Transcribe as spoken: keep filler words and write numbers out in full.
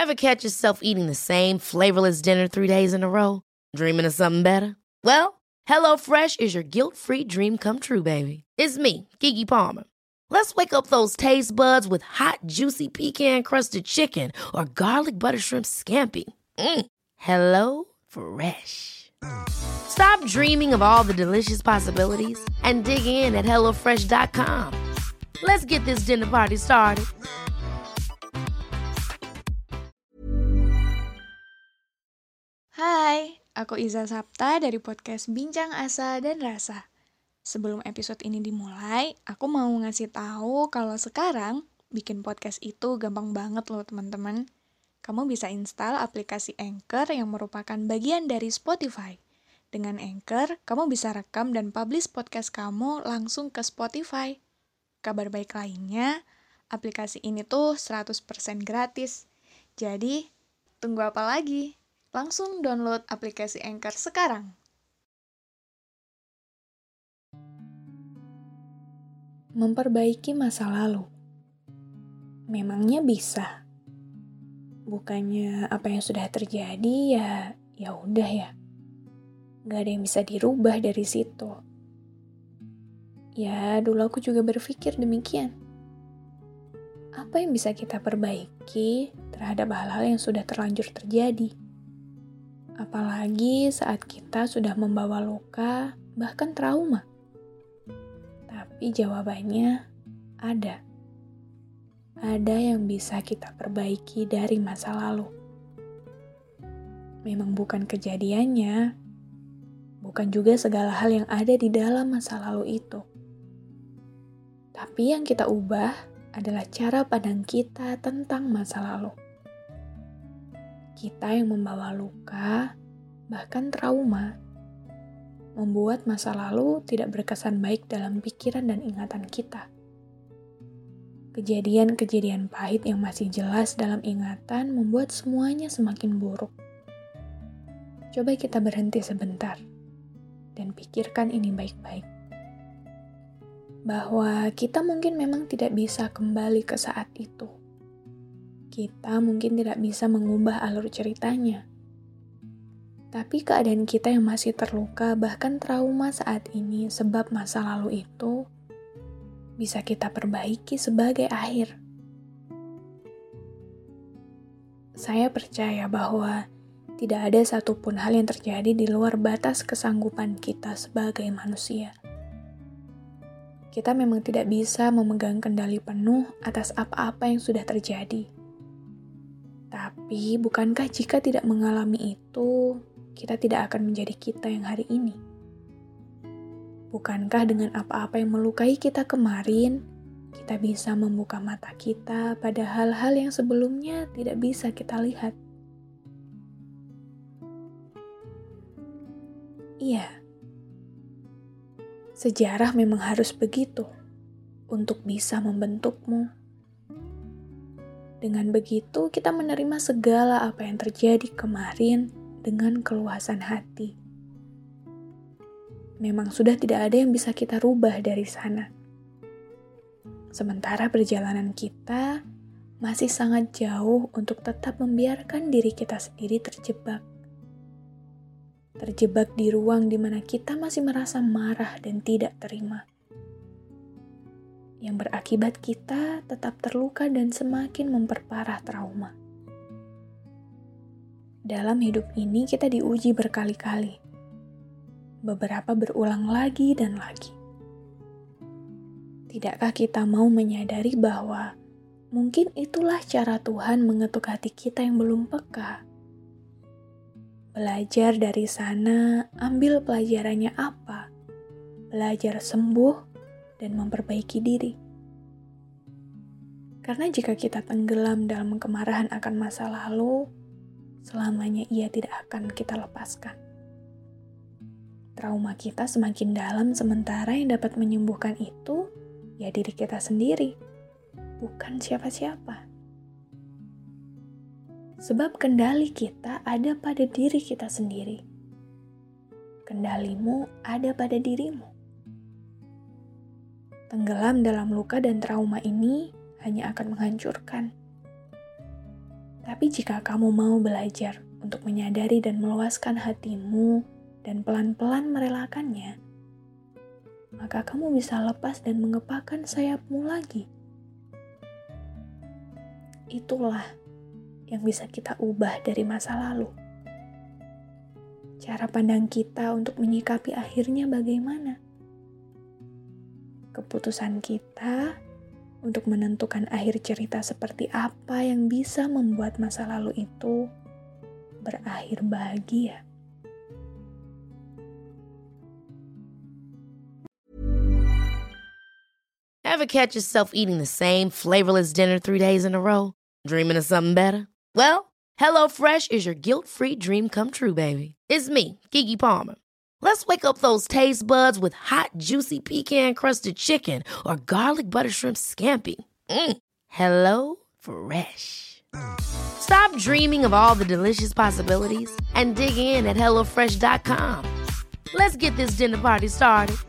Ever catch yourself eating the same flavorless dinner three days in a row? Dreaming of something better? Well, HelloFresh is your guilt-free dream come true, baby. It's me, Keke Palmer. Let's wake up those taste buds with hot, juicy pecan-crusted chicken or garlic butter shrimp scampi. Mm. Hello Fresh. Stop dreaming of all the delicious possibilities and dig in at hello fresh dot com. Let's get this dinner party started. Hai, aku Iza Sapta dari podcast Bincang Asa dan Rasa. Sebelum episode ini dimulai, aku mau ngasih tahu kalau sekarang bikin podcast itu gampang banget loh teman-teman. Kamu bisa install aplikasi Anchor yang merupakan bagian dari Spotify. Dengan Anchor, kamu bisa rekam dan publish podcast kamu langsung ke Spotify. Kabar baik lainnya, aplikasi ini tuh seratus persen gratis. Jadi, tunggu apa lagi? Langsung download aplikasi Anchor sekarang. Memperbaiki masa lalu. Memangnya bisa? Bukannya apa yang sudah terjadi ya, ya udah ya. Gak ada yang bisa dirubah dari situ. Ya, dulu aku juga berpikir demikian. Apa yang bisa kita perbaiki terhadap hal-hal yang sudah terlanjur terjadi? Apalagi saat kita sudah membawa luka, bahkan trauma. Tapi jawabannya ada. Ada yang bisa kita perbaiki dari masa lalu. Memang bukan kejadiannya, bukan juga segala hal yang ada di dalam masa lalu itu. Tapi yang kita ubah adalah cara pandang kita tentang masa lalu. Kita yang membawa luka, bahkan trauma, membuat masa lalu tidak berkesan baik dalam pikiran dan ingatan kita. Kejadian-kejadian pahit yang masih jelas dalam ingatan membuat semuanya semakin buruk. Coba kita berhenti sebentar dan pikirkan ini baik-baik. Bahwa kita mungkin memang tidak bisa kembali ke saat itu. Kita mungkin tidak bisa mengubah alur ceritanya. Tapi keadaan kita yang masih terluka bahkan trauma saat ini sebab masa lalu itu bisa kita perbaiki sebagai akhir. Saya percaya bahwa tidak ada satupun hal yang terjadi di luar batas kesanggupan kita sebagai manusia. Kita memang tidak bisa memegang kendali penuh atas apa-apa yang sudah terjadi. Tapi, bukankah jika tidak mengalami itu, kita tidak akan menjadi kita yang hari ini? Bukankah dengan apa-apa yang melukai kita kemarin, kita bisa membuka mata kita pada hal-hal yang sebelumnya tidak bisa kita lihat? Iya, sejarah memang harus begitu untuk bisa membentukmu. Dengan begitu, kita menerima segala apa yang terjadi kemarin dengan keluasan hati. Memang sudah tidak ada yang bisa kita rubah dari sana. Sementara perjalanan kita masih sangat jauh untuk tetap membiarkan diri kita sendiri terjebak. Terjebak di ruang di mana kita masih merasa marah dan tidak terima. Yang berakibat kita tetap terluka dan semakin memperparah trauma. Dalam hidup ini kita diuji berkali-kali. Beberapa berulang lagi dan lagi. Tidakkah kita mau menyadari bahwa mungkin itulah cara Tuhan mengetuk hati kita yang belum peka? Belajar dari sana, ambil pelajarannya apa? Belajar sembuh dan memperbaiki diri. Karena jika kita tenggelam dalam kemarahan akan masa lalu, selamanya ia tidak akan kita lepaskan. Trauma kita semakin dalam sementara yang dapat menyembuhkan itu, ya diri kita sendiri, bukan siapa-siapa. Sebab kendali kita ada pada diri kita sendiri. Kendalimu ada pada dirimu. Tenggelam dalam luka dan trauma ini hanya akan menghancurkan. Tapi jika kamu mau belajar untuk menyadari dan meluaskan hatimu dan pelan-pelan merelakannya, maka kamu bisa lepas dan mengepakkan sayapmu lagi. Itulah yang bisa kita ubah dari masa lalu. Cara pandang kita untuk menyikapi akhirnya bagaimana? Keputusan kita untuk menentukan akhir cerita seperti apa yang bisa membuat masa lalu itu berakhir bahagia. Ever catch yourself eating the same flavorless dinner three days in a row? Dreaming of something better? Well, HelloFresh is your guilt-free dream come true, baby. It's me, Keke Palmer. Let's wake up those taste buds with hot, juicy pecan-crusted chicken or garlic butter shrimp scampi. Mm. Hello Fresh. Stop dreaming of all the delicious possibilities and dig in at hello fresh dot com. Let's get this dinner party started.